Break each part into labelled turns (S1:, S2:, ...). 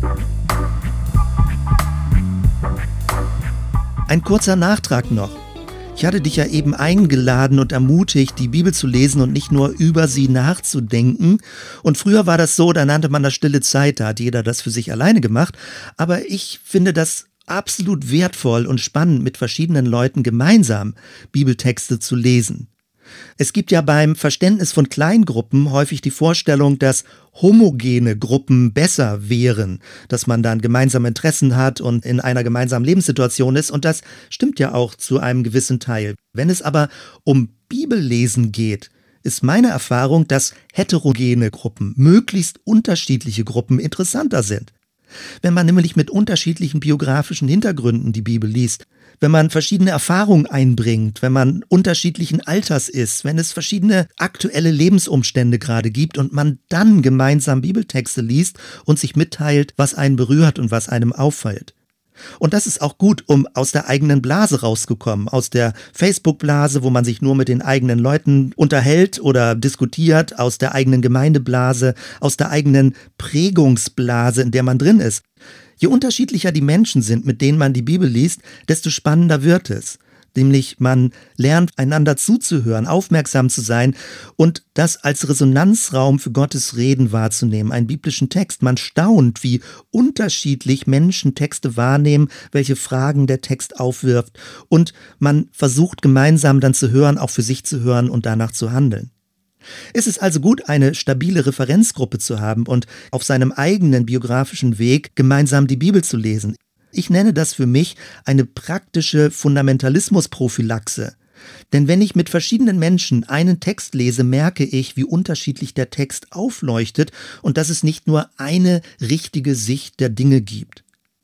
S1: Ein kurzer Nachtrag noch. Ich hatte dich ja eben eingeladen und ermutigt, die Bibel zu lesen und nicht nur über sie nachzudenken. Und früher war das so, da nannte man das stille Zeit, da hat jeder das für sich alleine gemacht. Aber ich finde das absolut wertvoll und spannend, mit verschiedenen Leuten gemeinsam Bibeltexte zu lesen. Es gibt ja beim Verständnis von Kleingruppen häufig die Vorstellung, dass homogene Gruppen besser wären, dass man dann gemeinsame Interessen hat und in einer gemeinsamen Lebenssituation ist, und das stimmt ja auch zu einem gewissen Teil. Wenn es aber um Bibellesen geht, ist meine Erfahrung, dass heterogene Gruppen, möglichst unterschiedliche Gruppen interessanter sind. Wenn man nämlich mit unterschiedlichen biografischen Hintergründen die Bibel liest, wenn man verschiedene Erfahrungen einbringt, wenn man unterschiedlichen Alters ist, wenn es verschiedene aktuelle Lebensumstände gerade gibt und man dann gemeinsam Bibeltexte liest und sich mitteilt, was einen berührt und was einem auffällt. Und das ist auch gut, um aus der eigenen Blase rauszukommen, aus der Facebook-Blase, wo man sich nur mit den eigenen Leuten unterhält oder diskutiert, aus der eigenen Gemeindeblase, aus der eigenen Prägungsblase, in der man drin ist. Je unterschiedlicher die Menschen sind, mit denen man die Bibel liest, desto spannender wird es. Nämlich man lernt, einander zuzuhören, aufmerksam zu sein und das als Resonanzraum für Gottes Reden wahrzunehmen, einen biblischen Text. Man staunt, wie unterschiedlich Menschen Texte wahrnehmen, welche Fragen der Text aufwirft, und man versucht gemeinsam dann zu hören, auch für sich zu hören und danach zu handeln. Es ist also gut, eine stabile Referenzgruppe zu haben und auf seinem eigenen biografischen Weg gemeinsam die Bibel zu lesen. Ich nenne das für mich eine praktische Fundamentalismusprophylaxe. Denn wenn ich mit verschiedenen Menschen einen Text lese, merke ich, wie unterschiedlich der Text aufleuchtet und dass es nicht nur eine richtige Sicht der Dinge gibt.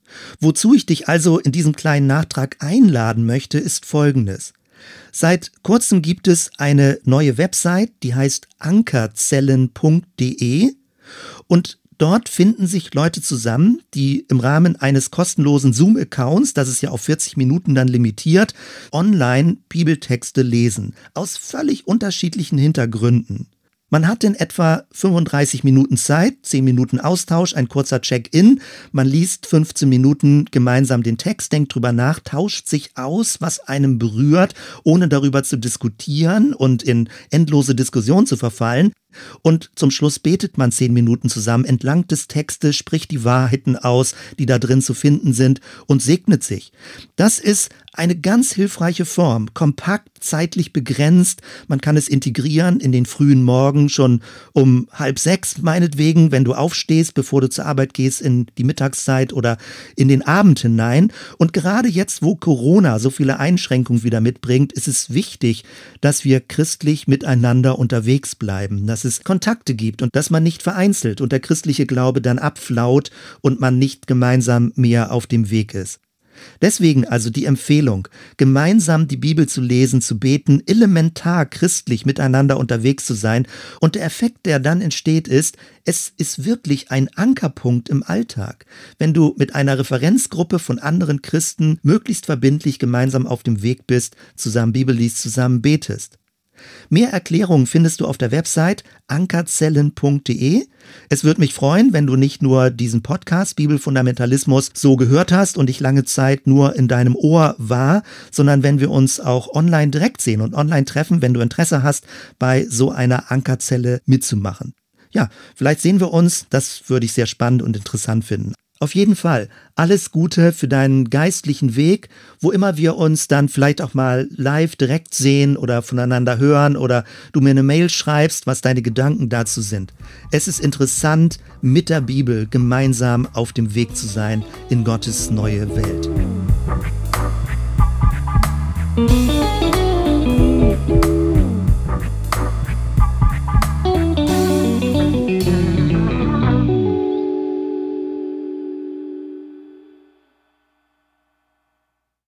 S1: Wozu ich dich also in diesem kleinen Nachtrag einladen möchte, ist Folgendes. Seit kurzem gibt es eine neue Website, die heißt ankerzellen.de, und dort finden sich Leute zusammen, die im Rahmen eines kostenlosen Zoom-Accounts, das ist ja auf 40 Minuten dann limitiert, online Bibeltexte lesen, aus völlig unterschiedlichen Hintergründen. Man hat in etwa 35 Minuten Zeit, 10 Minuten Austausch, ein kurzer Check-in, man liest 15 Minuten gemeinsam den Text, denkt drüber nach, tauscht sich aus, was einem berührt, ohne darüber zu diskutieren und in endlose Diskussionen zu verfallen. Und zum Schluss betet man 10 Minuten zusammen entlang des Textes, spricht die Wahrheiten aus, die da drin zu finden sind, und segnet sich. Das ist eine ganz hilfreiche Form, kompakt, zeitlich begrenzt. Man kann es integrieren in den frühen Morgen, schon um 5:30 meinetwegen, wenn du aufstehst, bevor du zur Arbeit gehst, in die Mittagszeit oder in den Abend hinein. Und gerade jetzt, wo Corona so viele Einschränkungen wieder mitbringt, ist es wichtig, dass wir christlich miteinander unterwegs bleiben, dass es Kontakte gibt und dass man nicht vereinzelt und der christliche Glaube dann abflaut und man nicht gemeinsam mehr auf dem Weg ist. Deswegen also die Empfehlung, gemeinsam die Bibel zu lesen, zu beten, elementar christlich miteinander unterwegs zu sein. Und der Effekt, der dann entsteht, ist, es ist wirklich ein Ankerpunkt im Alltag. Wenn du mit einer Referenzgruppe von anderen Christen möglichst verbindlich gemeinsam auf dem Weg bist, zusammen Bibel liest, zusammen betest. Mehr Erklärungen findest du auf der Website ankerzellen.de. Es würde mich freuen, wenn du nicht nur diesen Podcast Bibelfundamentalismus so gehört hast und ich lange Zeit nur in deinem Ohr war, sondern wenn wir uns auch online direkt sehen und online treffen, wenn du Interesse hast, bei so einer Ankerzelle mitzumachen. Ja, vielleicht sehen wir uns, das würde ich sehr spannend und interessant finden. Auf jeden Fall alles Gute für deinen geistlichen Weg, wo immer wir uns dann vielleicht auch mal live direkt sehen oder voneinander hören oder du mir eine Mail schreibst, was deine Gedanken dazu sind. Es ist interessant, mit der Bibel gemeinsam auf dem Weg zu sein in Gottes neue Welt.